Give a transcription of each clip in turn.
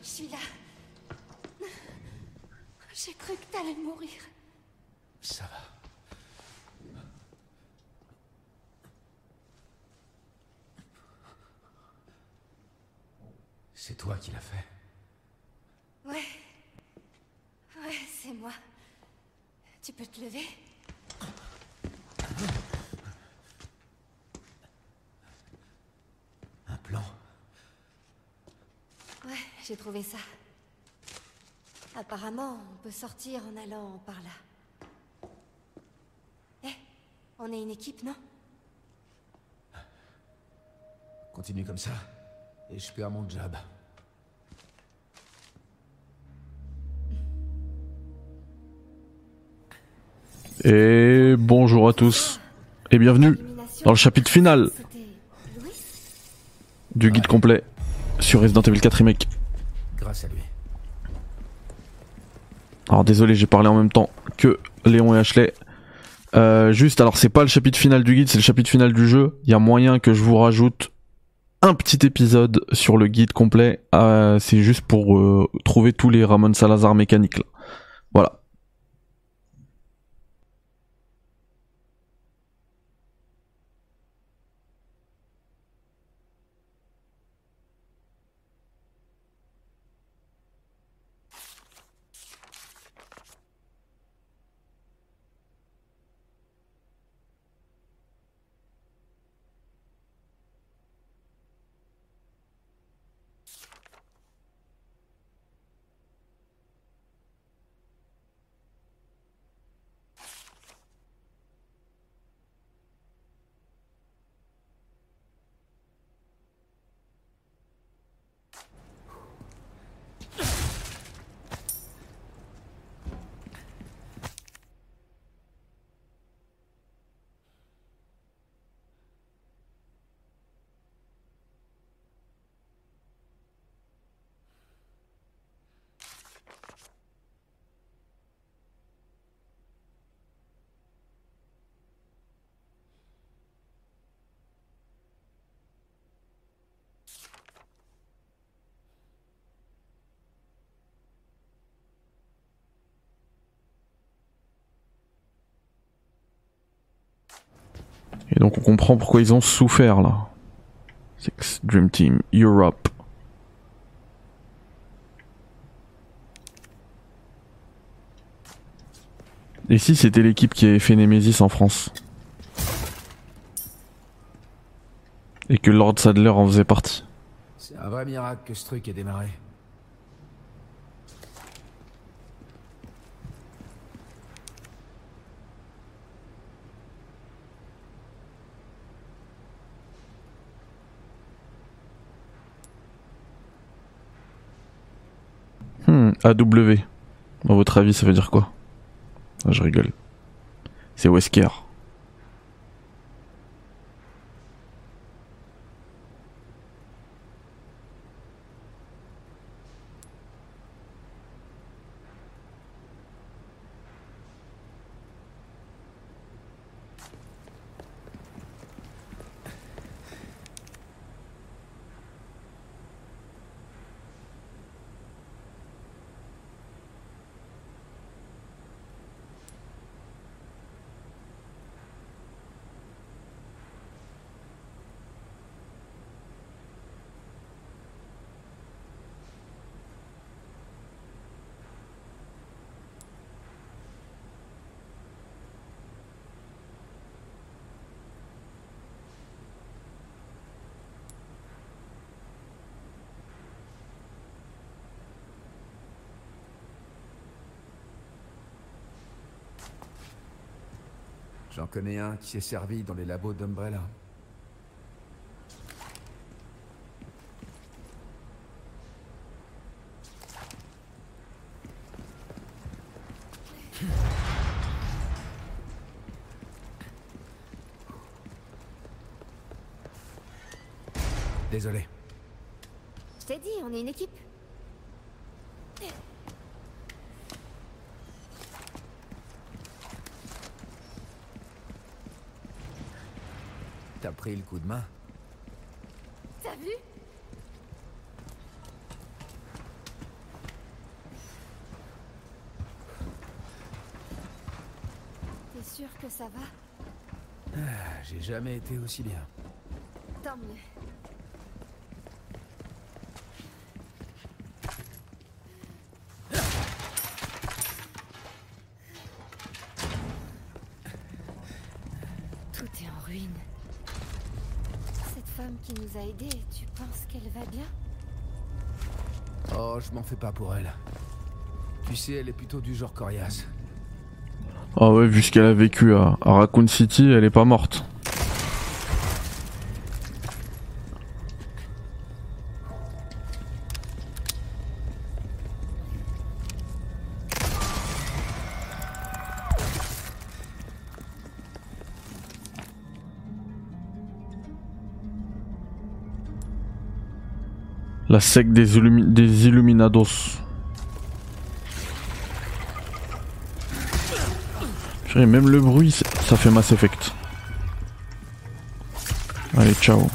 Je suis là. J'ai cru que t'allais mourir. Ça va. C'est toi qui l'as fait. Ouais. Ouais, c'est moi. Tu peux te lever? Un plan. Ouais, j'ai trouvé ça. Apparemment, on peut sortir en allant par là. Eh, on est une équipe, non? Continue comme ça, et je perds mon job. Et bonjour à tous, et bienvenue dans le chapitre final du guide complet sur Resident Evil 4 Remake. Grâce à lui. Alors désolé, j'ai parlé en même temps que Léon et Ashley. Juste, alors c'est pas le chapitre final du guide, c'est le chapitre final du jeu. Il y a moyen que je vous rajoute un petit épisode sur le guide complet. C'est juste pour trouver tous les Ramon Salazar mécaniques là. Voilà. Et donc on comprend pourquoi ils ont souffert là. Six Dream Team Europe. Et si c'était l'équipe qui avait fait Nemesis en France? Et que Lord Sadler en faisait partie. C'est un vrai miracle que ce truc ait démarré. AW. À votre avis, ça veut dire quoi? Ah, je rigole. C'est Wesker. J'en connais un qui s'est servi dans les labos d'Umbrella. Désolé. Je t'ai dit, on est une équipe. T'as pris le coup de main? T'as vu? sûr que ça va? J'ai jamais été aussi bien. Tant mieux. Tout est en ruine. Cette femme qui nous a aidés, tu penses qu'elle va bien? Oh, je m'en fais pas pour elle. Tu sais, elle est plutôt du genre coriace. Ah ouais, vu ce qu'elle a vécu à Raccoon City, elle est pas morte. La secte des Illuminados. Purée, même le bruit, ça fait Mass Effect. Allez, ciao.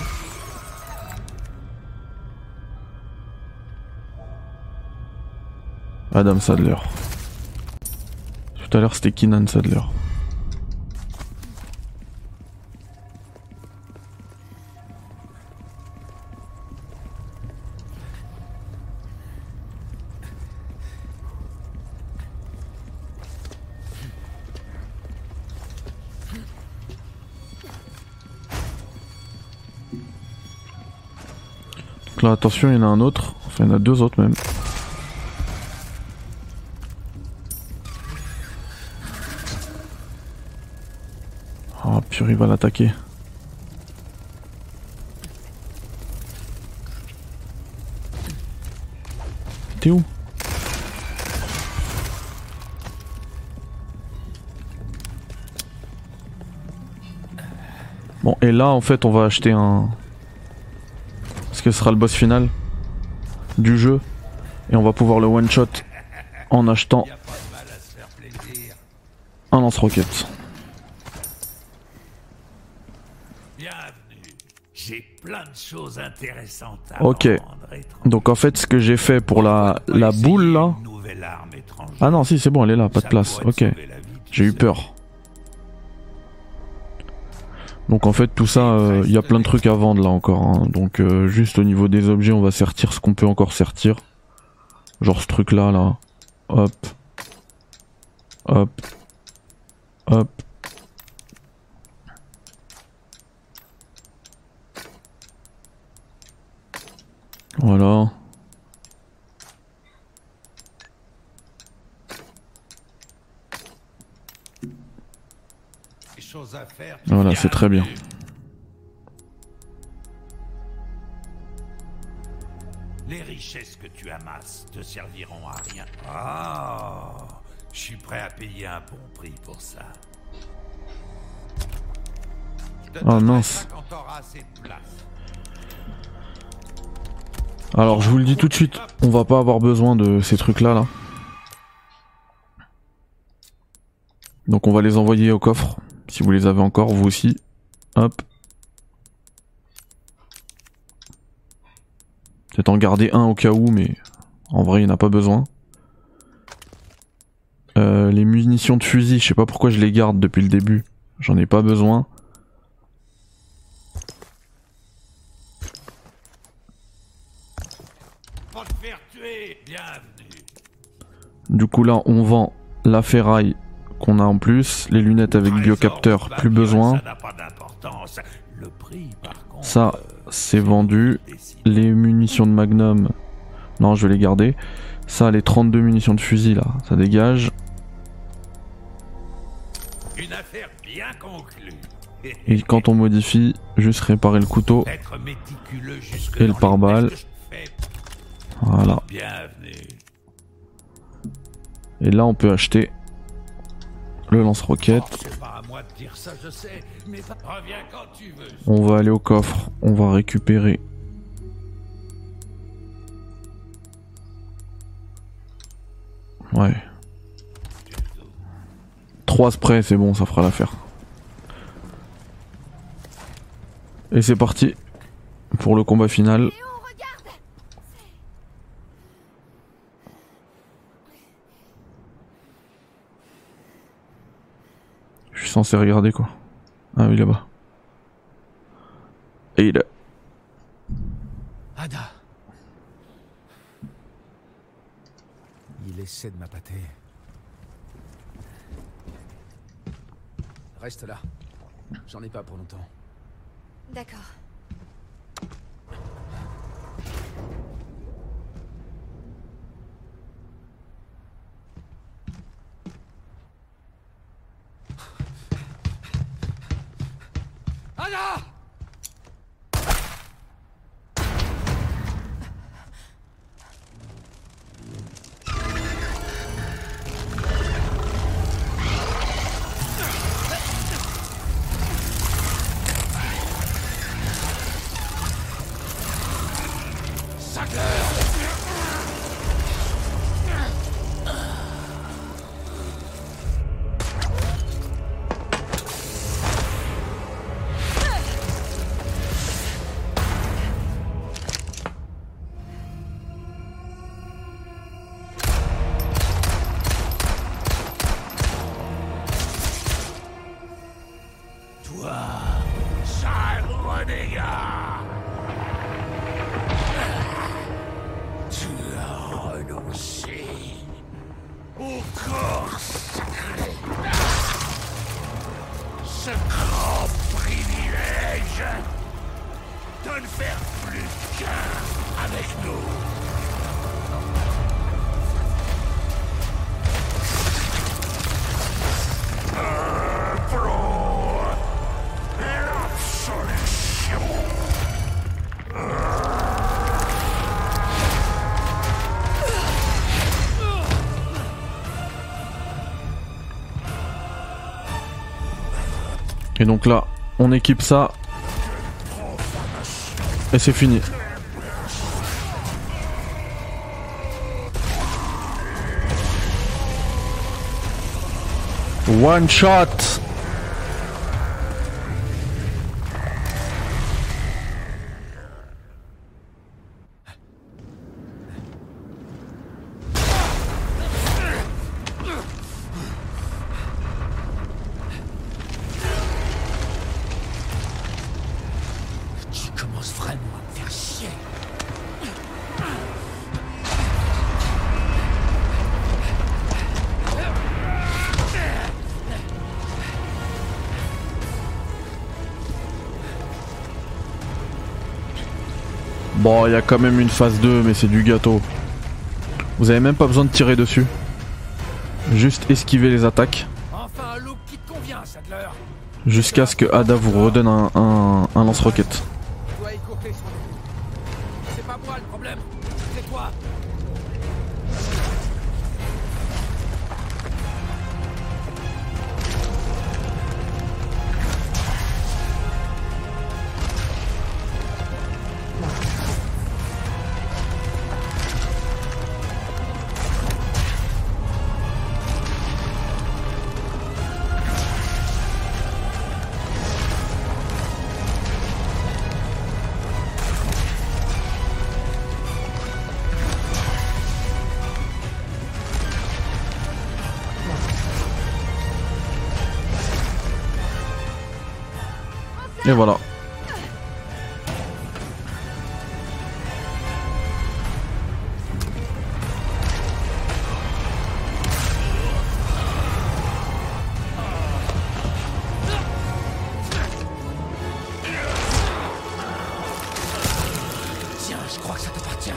Adam Sadler. Tout à l'heure, c'était Keenan Sadler. Donc là, attention, il y en a un autre. Enfin, il y en a deux autres même. Oh purée, il va l'attaquer. T'es où? Bon, et là, en fait, on va acheter un... Parce que ce sera le boss final du jeu. Et on va pouvoir le one-shot en achetant un lance-roquette. Bienvenue. J'ai plein de choses intéressantes à Ok. vendre. Donc en fait, ce que j'ai fait pour la boule là... Une nouvelle arme étrangère. Ah non, si, c'est bon, elle est là, pas de Ça place. pourrait Ok. te sauver la vie, tu J'ai eu sais. peur. Donc en fait, tout ça, il y a plein de trucs à vendre là encore. Hein. Donc juste au niveau des objets, on va sortir ce qu'on peut encore sortir. Genre ce truc là, là. Hop. Hop. Hop. Voilà. Des choses à faire, Voilà, c'est très bien. Les richesses que tu amasses te serviront à rien. Ah, je suis prêt à payer un bon prix pour ça. Je te Oh donnerai mince. ça quand t'auras assez de place. Alors je vous le dis tout de suite, on va pas avoir besoin de ces trucs là. Donc on va les envoyer au coffre. Si vous les avez encore, vous aussi. Hop. Peut-être en garder un au cas où, mais en vrai il n'y en a pas besoin. Les munitions de fusil, je sais pas pourquoi je les garde depuis le début. J'en ai pas besoin. Pour te faire tuer, bienvenue. Du coup là on vend la ferraille qu'on a en plus. Les lunettes avec biocapteur, plus besoin. Ça n'a pas d'importance. Le prix, par contre, Ça c'est vendu. décide. Les munitions de Magnum, non je vais les garder. Ça, les 32 munitions de fusil là, ça dégage. Une affaire bien conclue. Et quand on modifie, juste réparer le couteau Être méticuleux jusque et le dans les pare-balles. tests que je fais. Voilà. Bienvenue. Et là on peut acheter le lance-roquette. Oh, c'est pas à moi de dire ça, je sais, mais reviens quand tu veux. On va aller au coffre, on va récupérer. Ouais. 3 sprays, c'est bon, ça fera l'affaire. Et c'est parti pour le combat final. Léon, regarde! suis censé regarder quoi? Ah oui, là-bas. Et il a... Ada. Il essaie de m'appâter. Reste là. J'en ai pas pour longtemps. D'accord. Ada! Sale renégat! Tu as renoncé au corps sacré. Ce grand privilège de ne faire plus qu'un avec nous. Et donc là, on équipe ça. Et c'est fini. One shot. Tu commences vraiment à me faire chier. Bon, il y a quand même une phase 2, mais c'est du gâteau. Vous avez même pas besoin de tirer dessus. Juste esquiver les attaques. Enfin un look qui te convient, Sadler. Jusqu'à ce que Ada vous redonne un lance-roquette. Tu dois écourter son ennemi. C'est pas moi le problème, c'est toi. Et voilà. Tiens, je crois que ça t'appartient.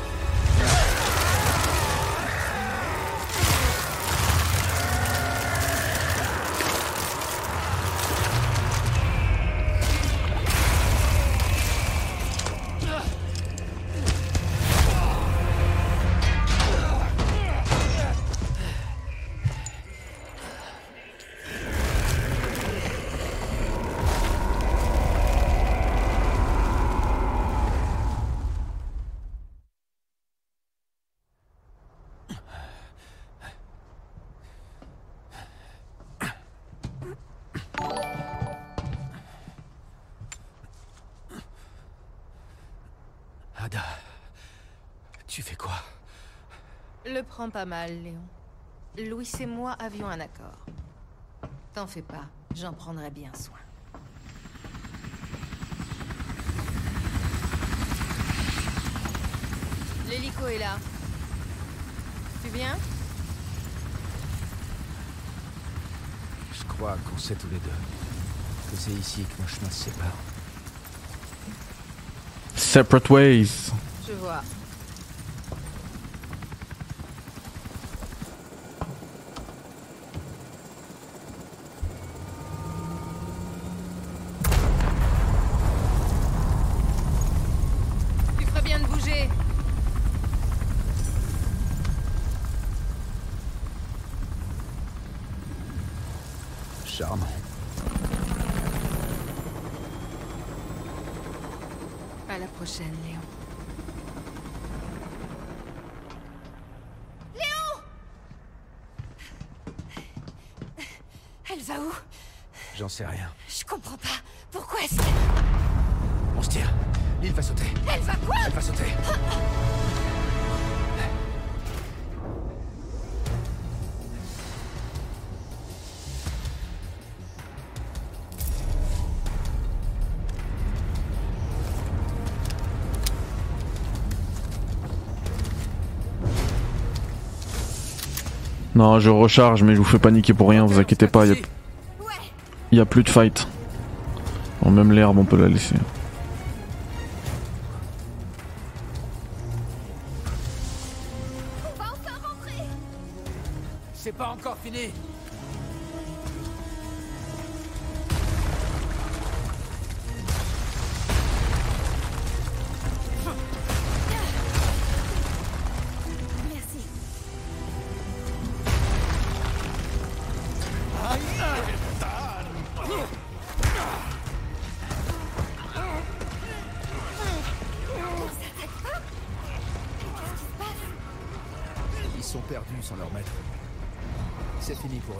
Ada, tu fais quoi? Le prends pas mal, Léon. Louis et moi avions un accord. T'en fais pas, j'en prendrai bien soin. L'hélico est là. Tu viens? Je crois qu'on sait tous les deux que c'est ici que nos chemins se séparent. Separate ways. Je vois. Tu ferais bien de bouger. Charmant. À la prochaine, Léon. Elle va où? J'en sais rien. Je comprends pas. Pourquoi est-ce que... On se tire. L'île va sauter. Elle va quoi? Elle va sauter. Non, je recharge, mais je vous fais paniquer pour rien, vous inquiétez pas, y a plus de fight. Bon, même l'herbe, on peut la laisser. On va enfin rentrer. C'est pas encore fini. Merci. Ils sont perdus sans leur maître. C'est fini pour eux.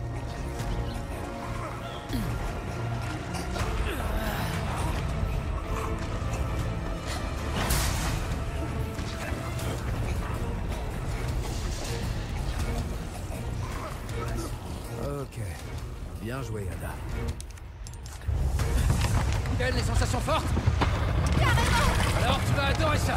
Ok. Bien joué, Ada. Quelles les sensations fortes? Carrément! Alors tu vas adorer ça!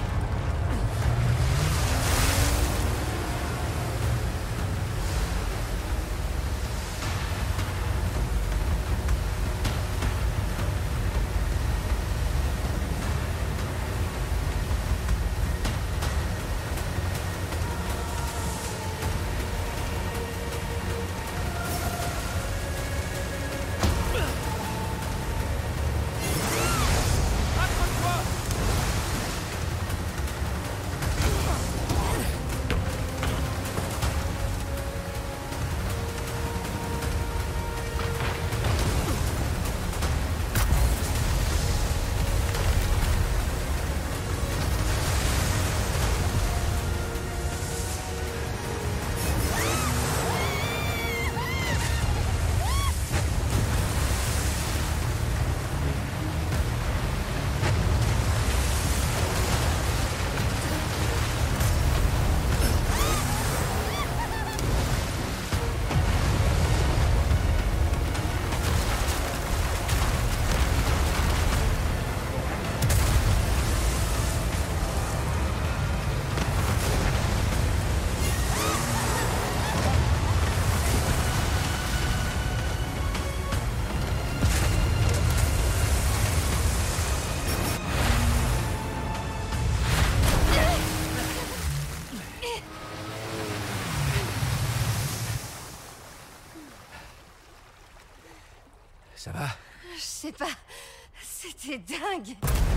Ça va? Je sais pas. C'était dingue.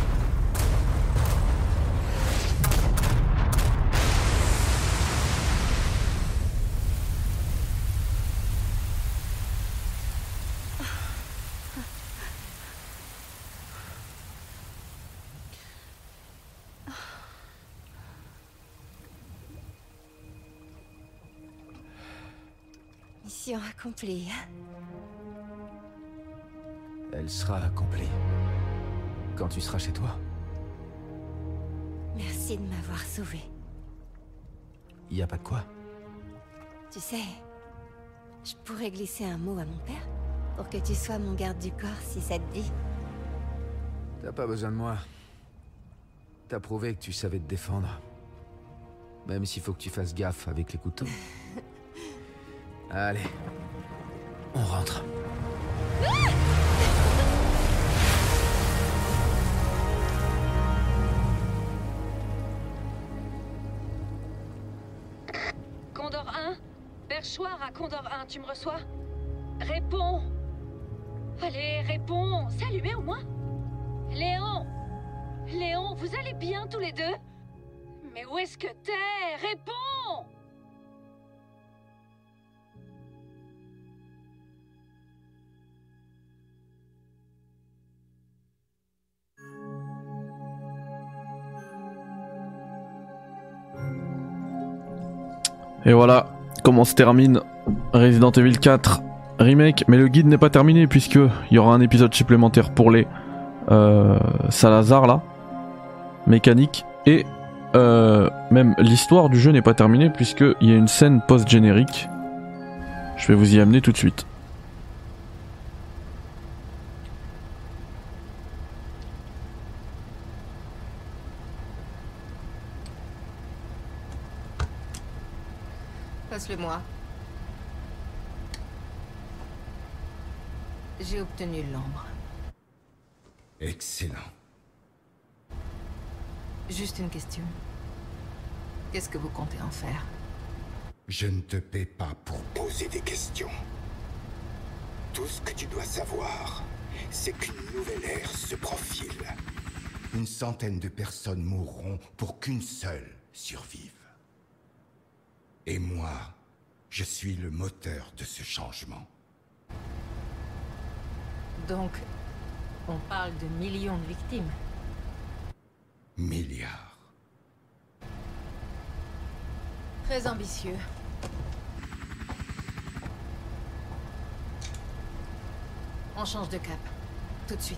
Mission accomplie. Elle sera accomplie. Quand tu seras chez toi. Merci de m'avoir sauvé. Y a pas de quoi. Tu sais, Je pourrais glisser un mot à mon père pour que tu sois mon garde du corps si ça te dit. T'as pas besoin de moi. T'as prouvé que tu savais te défendre. Même s'il faut que tu fasses gaffe avec les couteaux. Allez, on rentre. Condor 1, Perchoir à Condor 1, tu me reçois? Réponds. Allez, réponds. C'est allumé au moins? Léon! Léon, vous allez bien tous les deux? Mais où est-ce que t'es? Réponds! Et voilà comment se termine Resident Evil 4 Remake. Mais le guide n'est pas terminé puisque il y aura un épisode supplémentaire pour les Salazar là, mécanique, et même l'histoire du jeu n'est pas terminée puisque il y a une scène post-générique. Je vais vous y amener tout de suite. Passe-le-moi. J'ai obtenu l'ambre. Excellent. Juste une question. Qu'est-ce que vous comptez en faire? Je ne te paie pas pour poser des questions. Tout ce que tu dois savoir, c'est qu'une nouvelle ère se profile. Une centaine de personnes mourront pour qu'une seule survive. Et moi, je suis le moteur de ce changement. Donc, on parle de millions de victimes. Milliards. Très ambitieux. On change de cap. Tout de suite.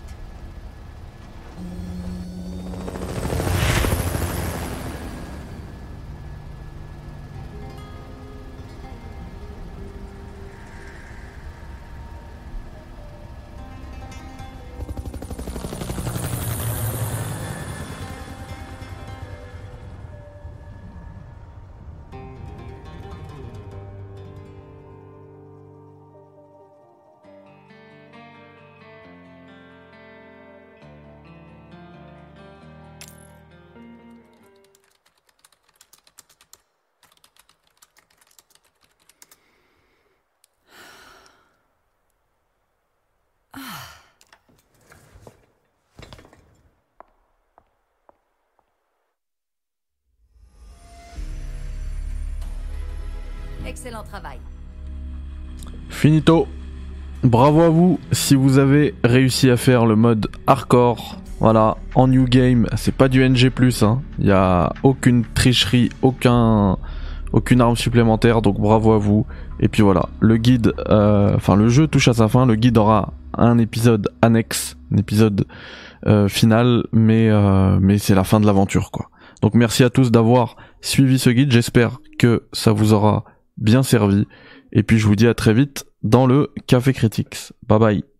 Excellent travail. Finito. Bravo à vous si vous avez réussi à faire le mode hardcore. Voilà, en new game, c'est pas du NG+, hein. Y a aucune tricherie, aucune arme supplémentaire, donc bravo à vous. Et puis voilà, le guide, le jeu touche à sa fin. Le guide aura un épisode annexe, un épisode final, mais c'est la fin de l'aventure, quoi. Donc merci à tous d'avoir suivi ce guide. J'espère que ça vous aura bien servi. Et puis je vous dis à très vite dans le Café Critics. Bye bye.